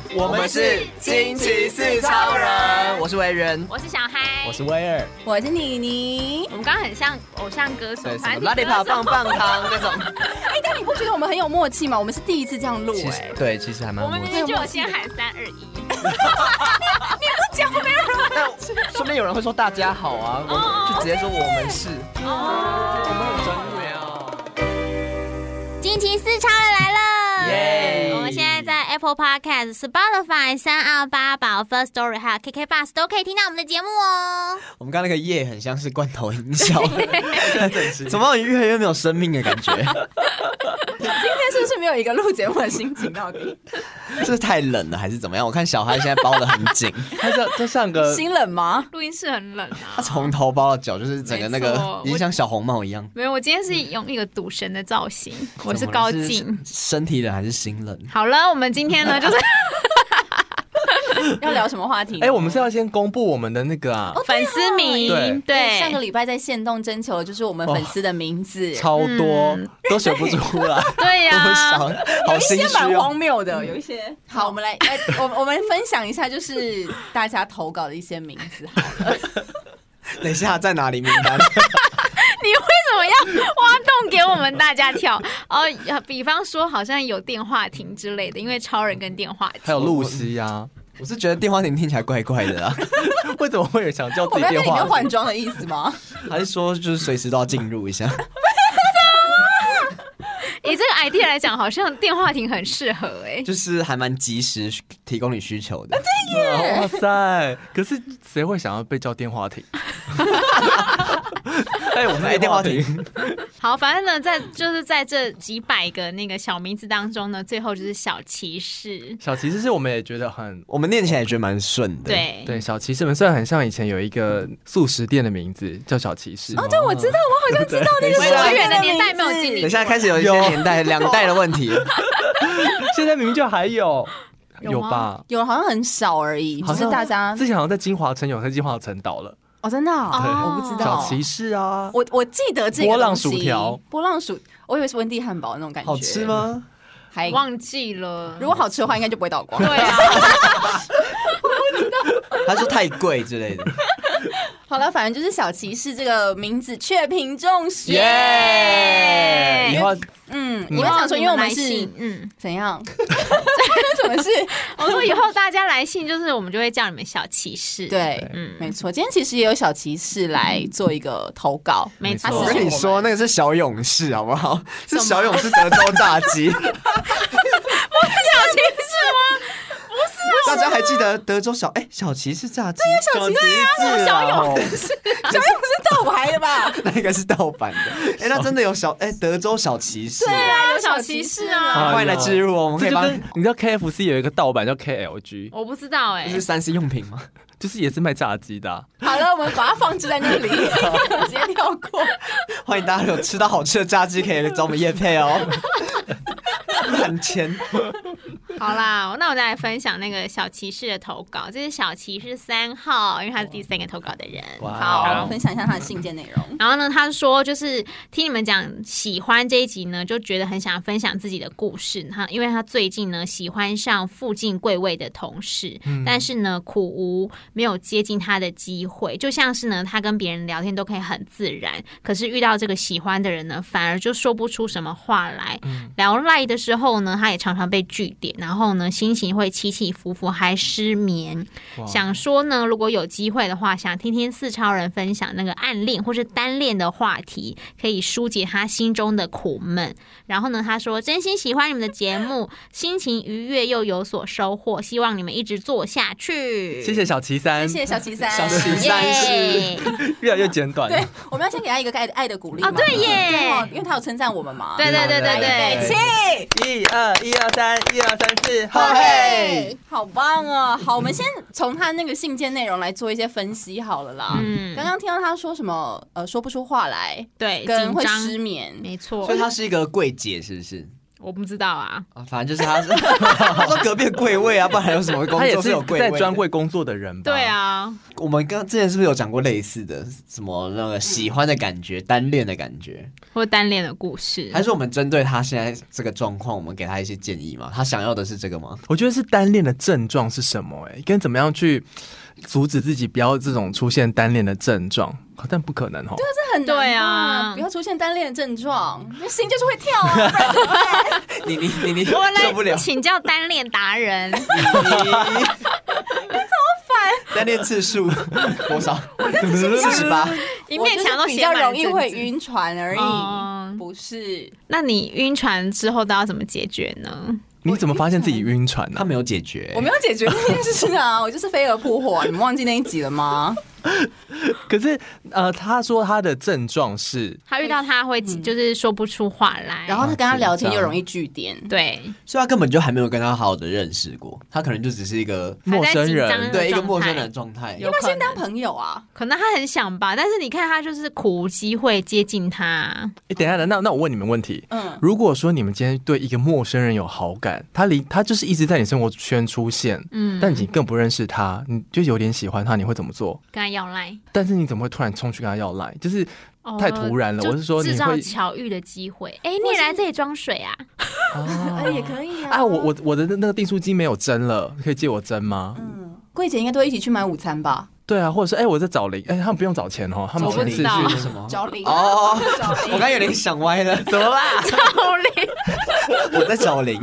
我们是惊奇四超人，我是维人， 我是小嗨， 我是威尔， 我是妮妮。 我们刚刚很像偶像歌手， 对，什么拉力跑棒棒糖那种。 但你不觉得我们很有默契吗？我们是第一次这样录对，其实还蛮默契。 我们明明就有先喊3、2、1。 你不讲，没有人。 那说不定有人会说大家好啊，我就直接说我们是。我们很专业哦。 惊奇四超人来了！ 耶！ 我们现在在 Apple Podcast、Spotify、328宝、First Story 还有 KKBOX 都可以听到我们的节目哦。 我们刚刚那个夜很像是罐头音效，怎么越来越没有生命的感觉？ 今天是不是没有一个录节目的心情？到底是太冷了还是怎么样？我看小孩现在包得很紧， 他就像个心冷吗？ 录音室很冷啊， 他从头包到脚，就是整个那个已经像小红帽一样。 没有，我今天是用一个赌神的造型，我是高进。 身体冷还是心冷？ 好了，我们今天呢就是要聊什么话题？ 我们是要先公布我们的那个粉丝名，对， 上个礼拜在限动征求的就是我们粉丝的名字， 超多都写不出来。 对呀， 有一些蛮荒谬的，有一些。好，我们来，我们分享一下，就是大家投稿的一些名字好了。 等一下在哪里名单？ 你为什么要挖洞给我们大家跳？比方说好像有电话亭之类的，因为超人跟电话亭， 还有露西啊。 我是觉得电话亭听起来怪怪的啊。 为什么会有想叫自己电话亭？ 我们要在里面换装的意思吗？ 还是说就是随时都要进入一下？ 以这个 idea 来讲，好像电话亭很适合就是还蛮及时提供你需求的。 对耶！ 哇塞！可是谁会想要被叫电话亭？我是电话亭。 好，反正呢，在这几百个那个小名字当中呢，最后就是小骑士。 小骑士是我们也觉得我们念起来也觉得蛮顺的。 对， 小骑士们虽然很像以前有一个素食店的名字叫小骑士。 对，我知道，我好像知道那个。 我远的年代没有经历。 等一下开始有一些年代2代的问题。 现在明明就还有吧？ 有，好像很少而已。就是大家之前好像在金华城有，在金华城倒了。 真的？ 对， 我不知道。 小骑士啊， 我记得这个波浪薯条， 我以为是温蒂汉堡那种感觉。 好吃吗？ 还忘记了。 如果好吃的话，应该就不会倒光。 对啊。 我不知道。 他说太贵之类的。 好了，反正就是小骑士这个名字确评中选。 以后你们想说，因为我们是怎样？什么事？ 我说以后大家来信，就是我们就会叫你们小骑士。 对，没错。今天其实也有小骑士来做一个投稿， 没错。 我跟你说，那个是小勇士，好不好？是小勇士德州炸鸡。不是小骑士吗？不是啊！ 大家还记得德州小骑士炸鸡？ 对，小骑士小勇士， 小勇士盗牌的吧？ 那个是盗版的。那真的有德州小骑士。 对啊，有小骑士啊！ 欢迎来置入哦，我们可以帮。 你知道 KFC 有一个盗版叫 KLG？ 我不知道这是3C 用品吗？ 就是也是卖炸鸡的。 好了，我们把它放置在那里，直接跳过。 欢迎大家有吃到好吃的炸鸡，可以找我们业配哦。很钱。 好啦，那我再来分享那个小骑士的投稿。这是小骑士3号，因为他是第3个投稿的人。 好，分享一下他的信件内容。 然后呢，他说就是听你们讲喜欢这一集呢，就觉得很想分享自己的故事。因为他最近呢喜欢上附近柜位的同事，但是呢苦无没有接近他的机会，就像是呢他跟别人聊天都可以很自然，可是遇到这个喜欢的人呢，反而就说不出什么话来。聊赖的时候呢，他也常常被句点，然后呢心情会起起伏伏，还失眠。想说呢，如果有机会的话，想听听四超人分享那个暗恋或是单恋的话题，可以疏解他心中的苦闷。然后呢，他说真心喜欢你们的节目，心情愉悦又有所收获，希望你们一直做下去。 谢谢小骑三， 谢谢小骑三， 小骑三是越来越简短。 对，我们要先给他一个爱的鼓励嘛。对耶， 因为他有称赞我们嘛。 对， 起 1、2、1、2、3、1、2、3、4， 好嘿，好棒哦！好，我们先从他那个信件内容来做一些分析好了啦。刚刚听到他说什么说不出话来， 对， 跟会失眠， 没错。 所以他是一个柜姐，是不是？ 我不知道啊， 反正就是他说隔壁的柜位啊，不然还有什么工作他也是有柜位在专柜工作的人吧？ 对啊， 我们之前是不是有讲过类似的什么那个喜欢的感觉、单恋的感觉， 或单恋的故事， 还是我们针对他现在这个状况，我们给他一些建议吗？他想要的是这个吗？ 我觉得是单恋的症状是什么？跟怎么样去阻止自己不要这种出现单恋的症状，但不可能哦。 这很难对啊不要出现单恋的症状，那心就是会跳啊，不然怎么办？ 你我们受不了来，请教单恋达人， 单恋次数多少？48。 一面墙都我就是比较写满容易会政治。 晕船而已， 哦不是。 那你晕船之后都要怎么解决呢？ 你怎么发现自己晕船呢？ 他没有解决， 我没有解决这件事啊，我就是飞蛾扑火，你们忘记那一集了吗？ 可是他说他的症状是他遇到他会就是说不出话来， 然后他跟他聊天又容易据点， 对， 所以他根本就还没有跟他好好的认识过，他可能就只是一个陌生还在紧张人， 的对一个状态陌生人的状态。 有要不要先当可能朋友啊？ 可能他很想吧，但是你看他就是苦无机会接近他， 等一下，那我问你们问题，如果说你们今天对一个陌生人有好感，他就是一直在你生活圈出现，但你更不认识他，你就有点喜欢他，你会怎么做？ 跟他要赖， 但是你怎么会突然冲去跟他要赖？就是太突然了。我是说， 制造你会巧遇的机会。哎，你也来这里装水啊？ 也可以啊。 我的那个订书机没有针了，可以借我针吗？ 柜姐应该都一起去买午餐吧？ 对啊，或者是我在找零，他们不用找钱哦，他们钱是去找不到什么？ 找零哦，我刚有点想歪了， 怎么啦？ 找零， 我在找零。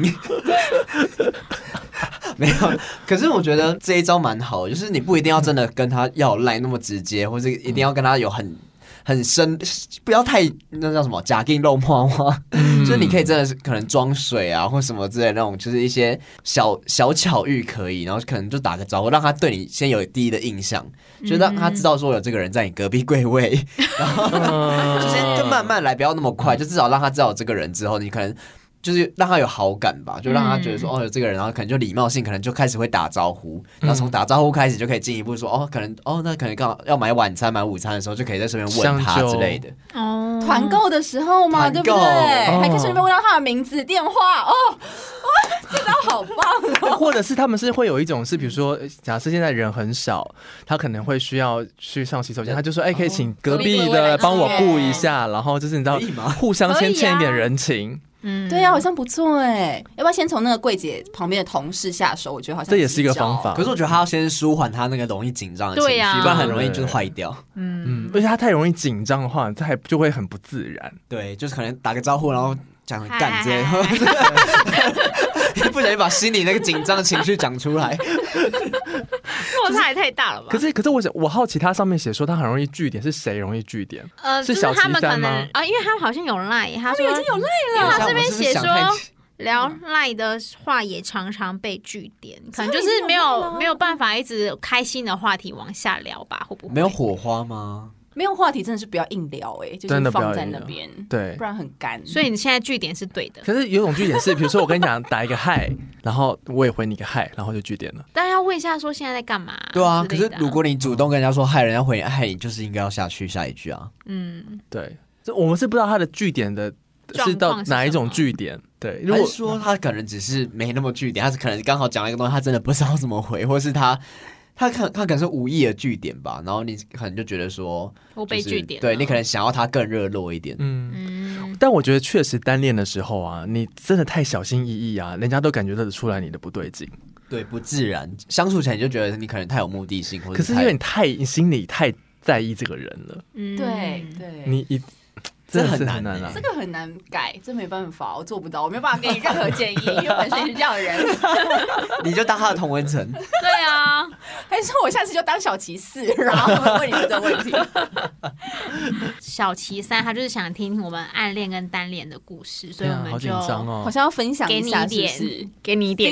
没有，可是我觉得这一招蛮好的，就是你不一定要真的跟他要赖那么直接，或者一定要跟他有很深，不要太那叫什么假定漏泡花，就是你可以真的是可能装水啊或什么之类的那种，就是一些小巧遇可以，然后可能就打个招呼，让他对你先有第一的印象，就让他知道说有这个人在你隔壁柜位，然后就慢慢来，不要那么快，就至少让他知道有这个人之后，你可能。就是让他有好感吧，就让他觉得说有这个人，然后可能就礼貌性，可能就开始会打招呼，然后从打招呼开始就可以进一步说可能那可能刚好要买晚餐、买午餐的时候，就可以在身边问他之类的。 哦， 团购的时候嘛，对不对？还可以顺便问到他的名字、电话。这招好棒哦！ 或者是他们是会有一种是，比如说，假设现在人很少，他可能会需要去上洗手间，他就说，可以请隔壁的帮我顾一下，然后就是你知道，互相先欠一点人情。 对呀，好像不错哎。要不要先从那个柜姐旁边的同事下手？我觉得好像这也是一个方法。 可是我觉得他要先舒缓他那个容易紧张的情绪，不然很容易就是坏掉。 而且他太容易紧张的话，他就会很不自然。 对，就是可能打个招呼，然后讲很干之类的，不小心把心里那个紧张的情绪讲出来， 落差也太大了吧？ 可是我好奇，他上面写说他很容易据点，是谁容易据点？是就是小岐他们可能山吗？ 因为他们好像有赖，他说已经有赖了。 他这边写说聊赖的话也常常被据点，可能就是没有办法一直开心的话题往下聊吧？会不会没有火花吗？ 没有话题真的是不要硬聊就是放在那边， 对， 不然很干。 所以你现在据点是对的。 可是有种据点是，比如说我跟你讲打一个嗨，然后我也回你个嗨，然后就据点了。 但要问一下说现在在干嘛？ 对啊，可是如果你主动跟人家说嗨，人家回你嗨，你就是应该要下去下一句啊。 对，这我们是不知道他的据点的是到哪一种据点。对， 还是说他可能只是没那么据点，他是可能刚好讲了一个东西，他真的不知道怎么回，或是他可能是无意的据点吧，然后你可能就觉得说我被据点， 对你可能想要他更热络一点。 但我觉得确实单恋的时候啊，你真的太小心翼翼啊，人家都感觉得出来你的不对劲， 对，不自然，相处起来你就觉得你可能太有目的性，或者可是因为你心里太在意这个人了， 对， 你真的很难啊， 这个很难改，这没办法，我做不到，我没有办法给你任何建议，因为本身也是这样的人。 你就当他的同温层。 对啊， 还是我下次就当小骑士，然后问你们这个问题。 小岐山他就是想听听我们暗恋跟单恋的故事，所以我们就好紧张哦， 好像要分享一下， 给你一点。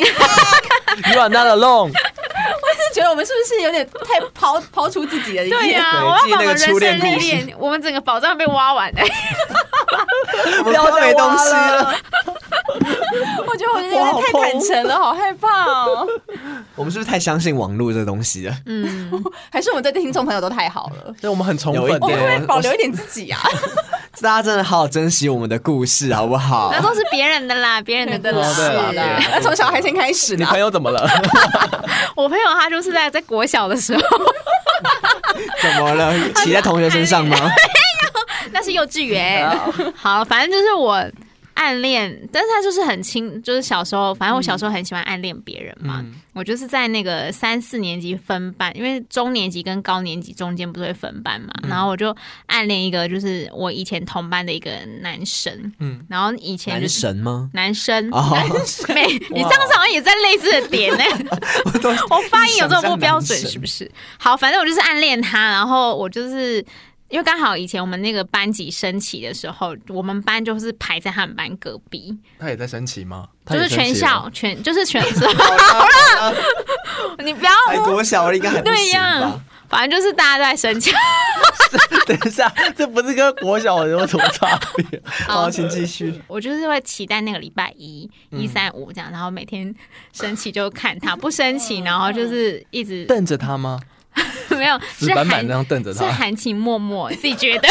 You are not alone。 我是觉得我们是不是有点太抛出自己的一面？ 对呀，我要把我们人生历练，我们整个宝藏被挖完了， 不要再没东西了。 我觉得我有点太坦诚了，好害怕哦。 我们是不是太相信网络这个东西了？ 还是我们对听众朋友都太好了？ 对，我们很充分， 我们会保留一点自己啊。 大家真的好好珍惜我们的故事，好不好？ 那都是别人的啦，别人的故事。 那从小孩先开始。 你朋友怎么了？ 我朋友他就是在国小的时候。 怎么了？骑在同学身上吗？ 没有，那是幼稚园。好，反正就是我暗恋，但是他就是很轻，就是小时候，反正我小时候很喜欢暗恋别人嘛。我就是在那个3、4年级分班，因为中年级跟高年级中间不是会分班嘛，然后我就暗恋一个就是我以前同班的一个男生。然后以前男神吗？ 男生。你这样好像也在类似的点呢。我发音有这么不标准是不是？好，反正我就是暗恋他，然后我就是。因为刚好以前我们那个班级升旗的时候，我们班就是排在他们班隔壁。 他也在升旗吗？ 就是全校就是全校。 好了， 你不要。 还国小应该还不行吧？ 反正就是大家都在升旗。 等一下，这不是跟国小有什么差别？ 好，请继续。 我就是会期待那个礼拜1、1、3、5这样，然后每天升旗就看他，不升旗，然后就是一直瞪着他吗？ 没有， 死板板那样瞪着他， 是含情脉脉，自己觉得。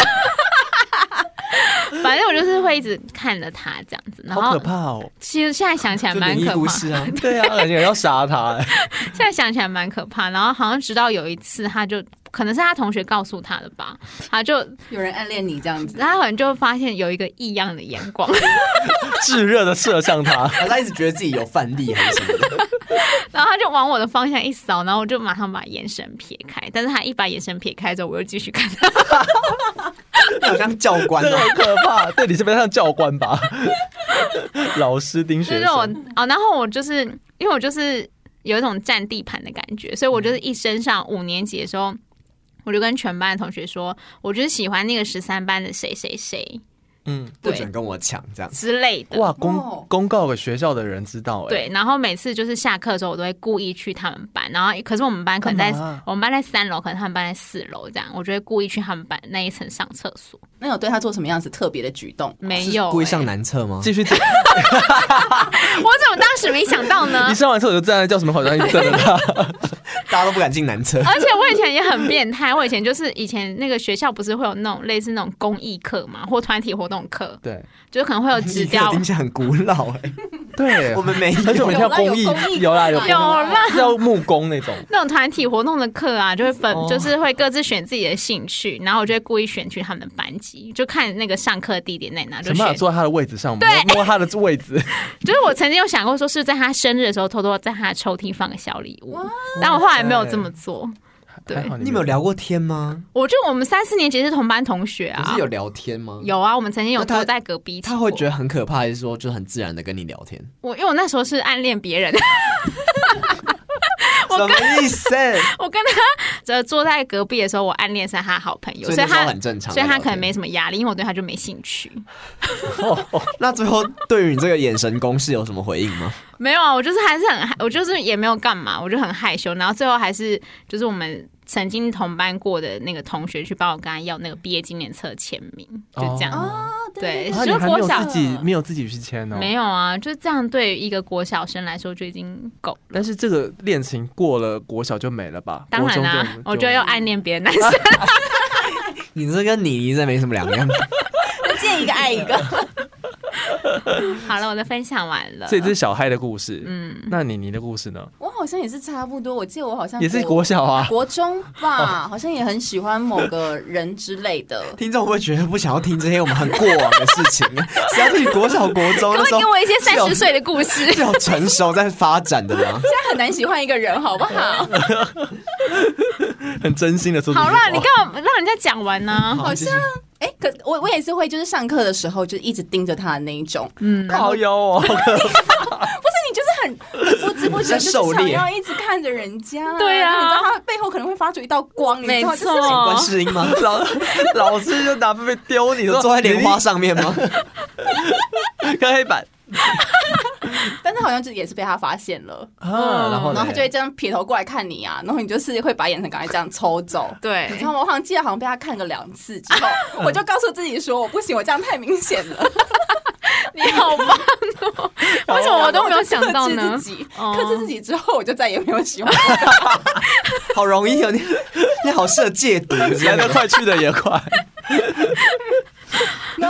反正我就是会一直看着他这样子，然后好可怕哦。 其实现在想起来蛮可怕啊， 对啊，而且要杀他。 现在想起来蛮可怕，然后好像直到有一次，他就可能是他同学告诉他的吧，他就有人暗恋你这样子， 他可能就发现有一个异样的眼光， 炙热的射向他， 他一直觉得自己有范例还是什么的。 然后他就往我的方向一扫，然后我就马上把眼神撇开，但是他一把眼神撇开之后，我又继续看他。 好像教官， 这很可怕。对，你是不是像教官吧？老师盯学生。 然后我就是因为我就是有一种占地盘的感觉，所以我就是一升上5年级的时候，我就跟全班的同学说，我就是喜欢那个13班的谁谁谁。 不准跟我抢这样之类的。 哇，公告给学校的人知道。 对，然后每次就是下课的时候，我都会故意去他们班，然后可是我们班可能在我们班在3楼，可能他们班在4楼，这样我就会故意去他们班那一层上厕所。 那有对他做什么样子特别的举动？ 没有， 故意上男厕吗？ 继续讲。 我怎么当时没想到呢？ 你上完厕所就站在教室门口，然后你瞪着他， 大家都不敢进男厕。 而且我以前也很变态，我以前就是以前那个学校不是会有那种类似那种公益课嘛，或团体活动课， 对， 就可能会有指标， 听起来很古老哎。 对， 我们没有， 而且我们跳公益，有啦，是要木工那种团体活动的课啊，就会就是会各自选自己的兴趣，然后我就会故意选去他们的班级，就看那个上课地点在哪，就选坐在他的位置上，摸他的位置。 就是我曾经有想过说，是在他生日的时候偷偷在他的抽屉放个小礼物，但我后来没有这么做。对， 你们有聊过天吗？ 我们3、4年级是同班同学啊， 不是有聊天吗？ 有啊，我们曾经有坐在隔壁。 他会觉得很可怕，还是说就很自然的跟你聊天？ 因为我那时候是暗恋别人。 什么意思？ 我跟他坐在隔壁的时候，我暗恋上他好朋友， 所以他很正常， 所以他可能没什么压力，因为我对他就没兴趣。 那最后对于你这个眼神攻势有什么回应吗？ 没有啊，我就是还是我就是也没有干嘛，我就很害羞，然后最后还是就是我们曾经同班过的那个同学去帮我跟他要那个毕业纪念册签名，就这样。对， 你还没有自己去签哦？ 没有啊，就这样对于一个国小生来说就已经够了。 但是这个恋情过了国小就没了吧？ 当然啦，我就要暗恋别的男生。 你这跟你这没什么两样， 见一个爱一个。 好了，我的分享完了。 所以这是小嗨的故事。那你的故事呢？ 我好像也是差不多。我记得我好像也是国小啊， 国中吧，好像也很喜欢某个人之类的。 听众会不会觉得不想要听这些我们很过往的事情？只要是国小、国中， 可不可以给我一些30岁的故事？ 是有成熟在发展的吗？ 现在很难喜欢一个人，好不好？ 很真心的说。 好啦，你干嘛让人家讲完呢？ 好像。可我也是会，就是上课的时候就一直盯着他的那一种， 靠腰哦，不是你就是很不知不觉就是想要一直看着人家， 对啊， 你知道他背后可能会发出一道光， 没错， 观世音吗？ 老师就拿被丢你， 坐在莲花上面吗？ 看黑板。 但是好像就也是被他发现了， 然后他就会这样撇头过来看你啊，然后你就是会把眼神赶快这样抽走。 对， 你知道吗？我好像记得好像被他看个2次之后，我就告诉自己说我不行，我这样太明显了。 你好棒哦！为什么我都没有想到呢？ 克制自己之后，我就再也没有喜欢他。 好容易哦，你好适合戒毒， 来得快去的也快。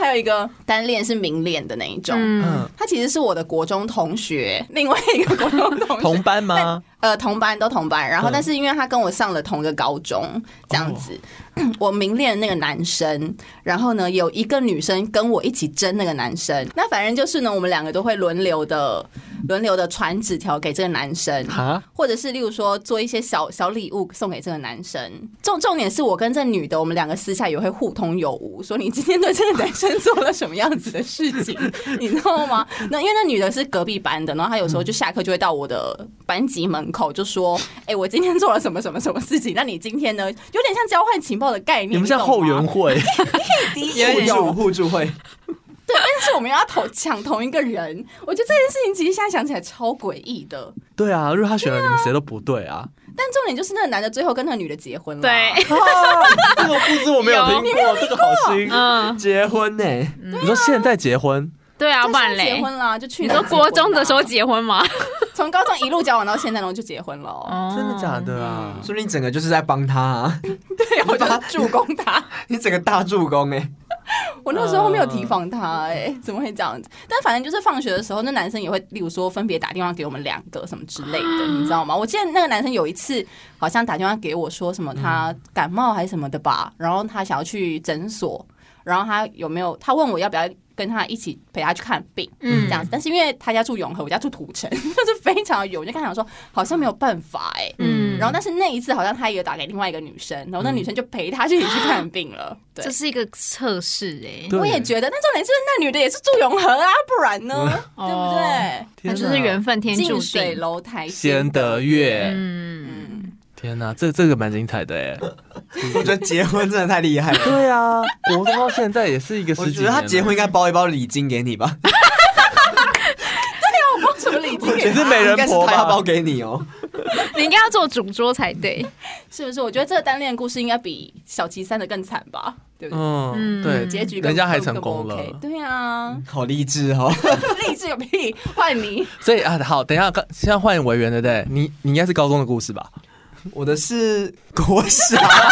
还有一个单恋是明恋的那一种，他其实是我的国中同学，另外一个国中同学同班吗？ 同班都同班，然后但是因为他跟我上了同个高中，这样子，我明恋那个男生，然后呢有一个女生跟我一起争那个男生，那反正就是呢，我们两个都会轮流的传纸条给这个男生，或者是例如说做一些小礼物送给这个男生。重点是我跟这女的，我们两个私下也会互通有无，说你今天对这个男生做了什么样子的事情，你知道吗？那因为那女的是隔壁班的，然后她有时候就下课就会到我的班级门口就说：“我今天做了什么什么什么事情？那你今天呢？有点像交换情报的概念。” 你们像后援会， 互助会。 对，但是我们要抢同一个人，我觉得这件事情其实现在想起来超诡异的。 对啊，如果他选了你们谁都不对啊。 但重点就是那个男的最后跟那个女的结婚了。 对， 这个故事我没有听过，这个好新。 结婚呢？ 你说现在结婚？ 对啊，不然嘞， 结婚了，就去年。你说国中的时候结婚吗？ 从高中一路交往到现在，然后就结婚了。 真的假的啊？ 说你整个就是在帮他啊。 对，我就助攻他。 你整个大助攻我那时候没有提防他怎么会这样子？但反正就是放学的时候，那男生也会，例如说分别打电话给我们两个什么之类的，你知道吗？我记得那个男生有一次好像打电话给我说什么他感冒还是什么的吧，然后他想要去诊所，然后他问我要不要跟他一起陪他去看病，这样子。但是因为他家住永和，我家住土城，就是非常远，我就跟他讲说好像没有办法然后但是那一次好像他也有打给另外一个女生，然后那女生就陪他一起去看病了。对， 这是一个测试我也觉得。但重点是那女的也是住永和啊，不然呢？对不对？ 那就是缘分天注定， 近水楼台先得月。天哪，这个蛮精彩的我觉得结婚真的太厉害了。 对啊，国中到现在也是一个10几年。 我觉得他结婚应该包一包礼金给你吧。 对啊，我包什么礼金？ 你是媒人婆吧？ 他要包给你哦。 你应该要做主桌才对， 是不是？我觉得这个单恋故事应该比小齐3的更惨吧，对不对？ 对， 结局人家还成功了。 对啊， 好励志哦！ 励志个屁！换你。 所以好，等一下，现在换委员的对，你应该是高中的故事吧？ 我的是国小。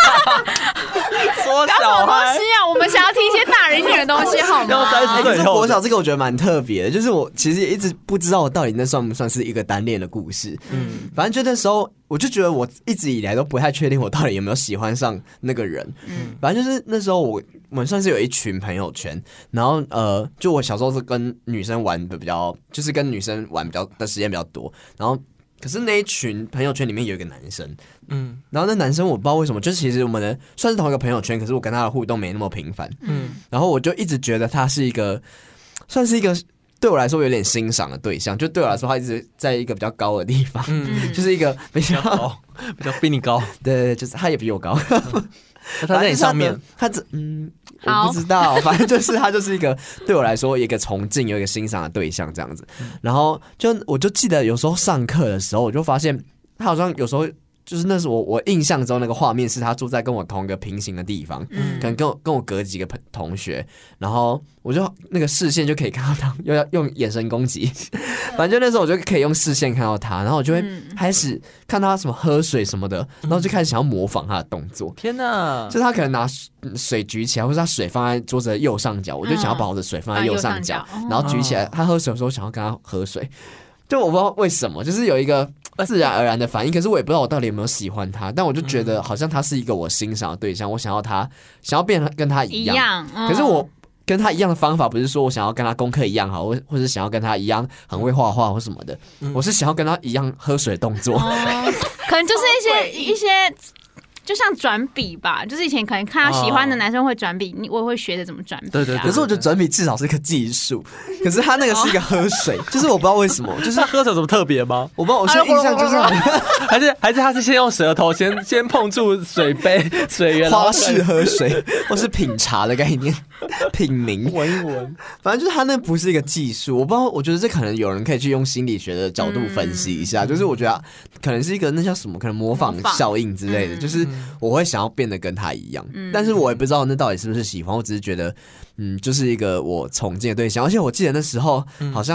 说小孩我们想要听一些大人一点的东西好吗？ 要30岁以后。 国小这个我觉得蛮特别的，就是我其实也一直不知道我到底那算不算是一个单恋的故事。反正就那时候我就觉得我一直以来都不太确定我到底有没有喜欢上那个人。反正就是那时候我们算是有一群朋友圈，然后就我小时候是跟女生玩的比较，就是跟女生玩比较的时间比较多，然后。可是那一群朋友圈里面有一个男生，然后那男生我不知道为什么，就是其实我们的算是同一个朋友圈，可是我跟他的互动没那么频繁，然后我就一直觉得他是一个，算是一个对我来说有点欣赏的对象，就对我来说他一直在一个比较高的地方，就是一个比较高， 比较比你高， 对，就是他也比我高。 他在你上面， 我不知道，反正就是他就是一个对我来说一个崇敬、有一个欣赏的对象这样子。然后我就记得有时候上课的时候，我就发现他好像有时候就是那是我印象中那个画面是他住在跟我同一个平行的地方，可能跟我隔几个同学，然后我就那个视线就可以看到他，又要用眼神攻击，反正就那时候我就可以用视线看到他，然后我就会开始看他什么喝水什么的，然后就开始想要模仿他的动作。 天哪！ 就是他可能拿水举起来，或者他水放在桌子的右上角，我就想要把我的水放在右上角，然后举起来，他喝水的时候想要跟他喝水。就我不知道为什么，就是有一个自然而然的反应，可是我也不知道我到底有没有喜欢他，但我就觉得好像他是一个我欣赏的对象，我想要变得跟他一样，可是我跟他一样的方法不是说我想要跟他功课一样好，或者想要跟他一样很会画画或什么的，我是想要跟他一样喝水的动作， 可能就是一些。就像转笔吧，就是以前可能看到喜欢的男生会转笔，我也会学着怎么转笔。 对。 可是我觉得转笔至少是个技术，可是他那个是一个喝水，就是我不知道为什么，就是他喝水有什么特别吗？ 我不知道，我现在印象就是还是他是先用舌头先碰触水杯水源， 花式喝水，或是品茶的概念，品茗闻一闻， 反正就是他那不是一个技术，我不知道，我觉得这可能有人可以去用心理学的角度分析一下，就是我觉得可能是一个那叫什么，可能模仿效应之类的，就是。我会想要变得跟他一样，但是我也不知道那到底是不是喜欢，我只是觉得，就是一个我崇敬的对象。而且我记得那时候好像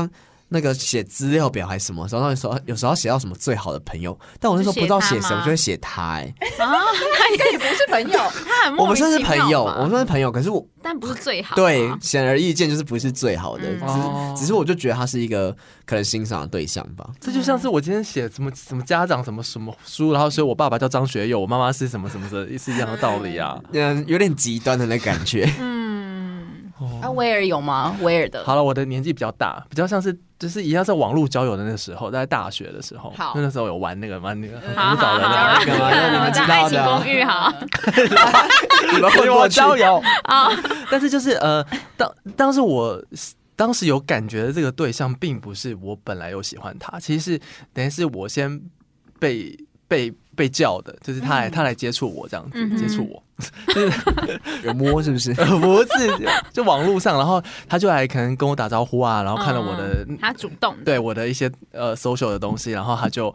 那个写资料表还是什么时候，有时候写到什么最好的朋友，但我那时候不知道写什么，就会写他。 他应该也不是朋友， 他很我们算是朋友， 我们算是朋友，可是但不是最好。 对，显而易见就是不是最好的，只是我就觉得他是一个可能欣赏的对象吧。 这就像是我今天写什么家长什么书，然后说我爸爸叫张学友，我妈妈是什么什么的，是一样的道理啊。 有点极端的那感觉。 威尔有吗？威尔的。 好了，我的年纪比较大，比较像是就是一样在网络交友的那个时候，在大学的时候，那时候有玩那个很古早的那个， 你们知道的。 爱情公寓好， 你们会我交友啊？但是就是当时有感觉的这个对象，并不是我本来有喜欢他，其实是等于是我先被叫的，就是他来接触我这样子，接触我，就是有摸是不是？ 不是，就网络上，然后他就来可能跟我打招呼啊，然后看了我的， 他主动对我的一些social 的东西，然后他就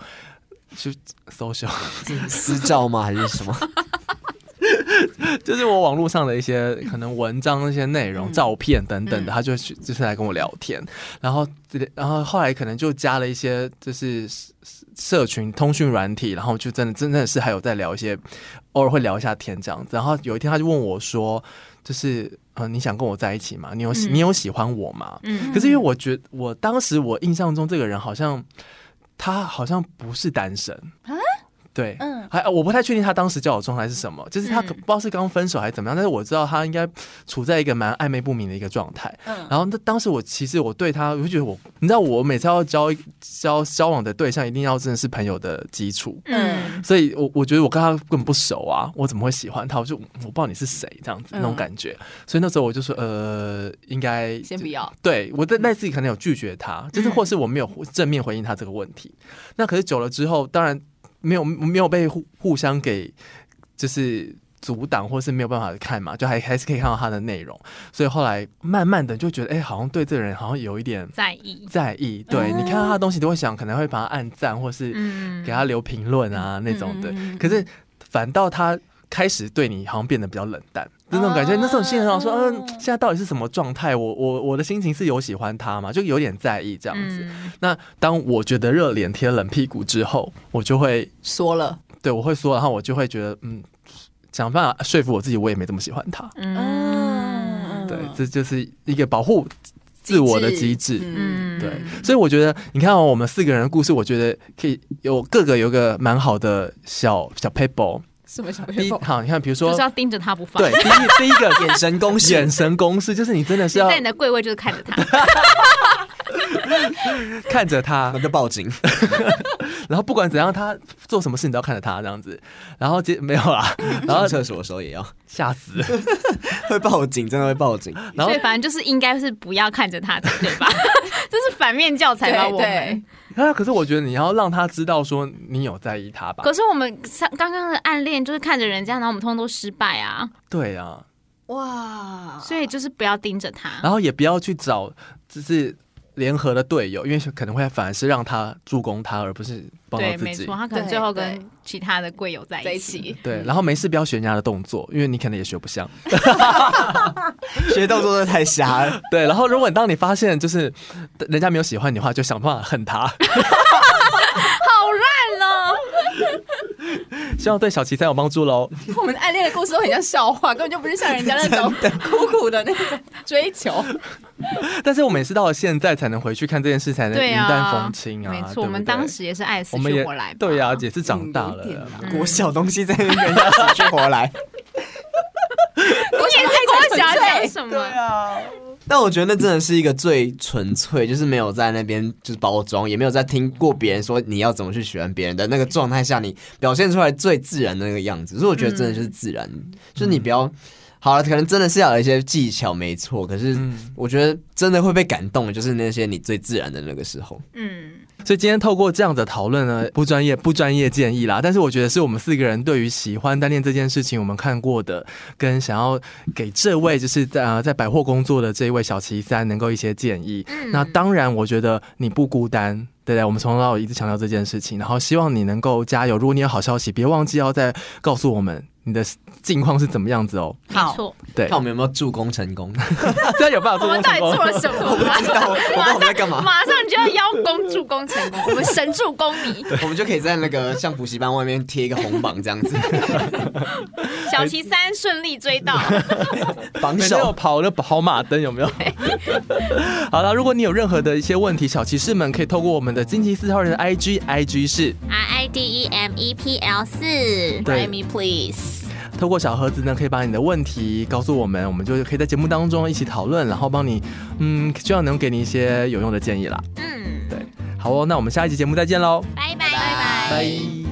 social 私照吗？还是什么？ 就是我网络上的一些可能文章那些内容、照片等等的，他就是来跟我聊天，然后后来可能就加了一些就是社群通讯软体，然后就真的是还有在聊一些，偶尔会聊一下天这样子。然后有一天他就问我说，就是你想跟我在一起吗？你有喜欢我吗？可是因为我觉得我当时我印象中这个人他好像不是单身对，我不太确定他当时交友状态是什么，就是他不知道是刚分手还是怎么样，但是我知道他应该处在一个蛮暧昧不明的一个状态。然后当时我对他，我就觉得你知道，我每次要交往的对象，一定要真的是朋友的基础。所以我觉得我跟他根本不熟啊，我怎么会喜欢他？我不知道你是谁这样子那种感觉。所以那时候我就说，应该先不要。对， 我在那次可能有拒绝他，就是或是我没有正面回应他这个问题。那可是久了之后，当然。没有被互相给就是阻挡，或是没有办法看嘛，就还是可以看到他的内容，所以后来慢慢的就觉得，好像对这个人好像有一点在意。对，你看到他的东西都会想，可能会把他按赞，或是给他留评论啊那种的。可是反倒他开始对你好像变得比较冷淡，那种感觉。那时候心里想说，现在到底是什么状态？我的心情是有喜欢他吗？就有点在意这样子。那当我觉得热脸贴冷屁股之后，我就会缩了。 对，我会缩，然后我就会觉得，想办法说服我自己，我也没这么喜欢他。对，这就是一个保护自我的机制。对，所以我觉得你看我们4个人的故事，我觉得可以各个有个蛮好的小 paper。 什么小配合？ 好，你看，比如说， 就是要盯着他不放。 对，第一个眼神攻势， 就是你真的是要在你的柜位，就是看着他， 看着他， 那就报警。 然后不管怎样，他做什么事你都要看着他这样子。然后没有啦，然后上厕所的时候也要吓死， 会报警，真的会报警。 然后所以反正就是应该是不要看着他，对吧？这是反面教材吧？我们。 可是我觉得你要让他知道说你有在意他吧。 可是我们刚刚的暗恋就是看着人家，然后我们通通都失败啊。 对啊， 哇！ 所以就是不要盯着他， 然后也不要去找就是联合的队友，因为可能会反而是让他助攻他，而不是帮到自己。 对，没错，他可能最后跟其他的柜友在一起。 对，然后没事不要学人家的动作，因为你可能也学不像。 学动作真的太瞎了。 对，然后如果当你发现就是人家没有喜欢你的话，就想办法恨他。 好烂哦！ 希望对小齐3有帮助喽。 我们暗恋的故事都很像笑话，根本就不是像人家那种苦苦的那种追求。 但是我每次到了现在才能回去看这件事，才能云淡风轻啊。 没错，我们当时也是爱死去活来。 对啊，也是长大了， 国小东西在那边跟人家死去活来。 你也太国小讲什么？ 对啊。但我觉得那真的是一个最纯粹，就是没有在那边就是包装，也没有在听过别人说你要怎么去喜欢别人的那个状态下，你表现出来最自然的那个样子。所以我觉得真的就是自然，就是你不要好了，可能真的是要有一些技巧，没错。可是我觉得真的会被感动的，就是那些你最自然的那个时候。 所以今天透过这样的讨论呢，不专业建议啦，但是我觉得是我们4个人对于喜欢单恋这件事情，我们看过的，跟想要给这位就是在百货工作的这一位小齐3能够一些建议。那当然，我觉得你不孤单。对对，我们从头到尾一直强调这件事情，然后希望你能够加油。如果你有好消息，别忘记要再告诉我们你的近况是怎么样子哦。 没错， 对， 看我们有没有助攻成功。 这样有办法助我们到底攻成功？ 做了什么？我不知道，我不知道我们在干嘛。 马上就要邀功助攻成功，我们神助攻你。 我们就可以在那个像补习班外面贴一个红榜这样子。 小齐3顺利追到， 榜没有首跑的跑马灯有没有？好了，如果你有任何的一些问题，小骑士们可以透过我们的惊奇4号人的 IG 是 RIDEMEPL4 对 ，Write me please。 透过小盒子呢，可以把你的问题告诉我们，我们就可以在节目当中一起讨论，然后帮你，希望能给你一些有用的建议啦。对，好哦，那我们下一集节目再见喽， 拜拜拜。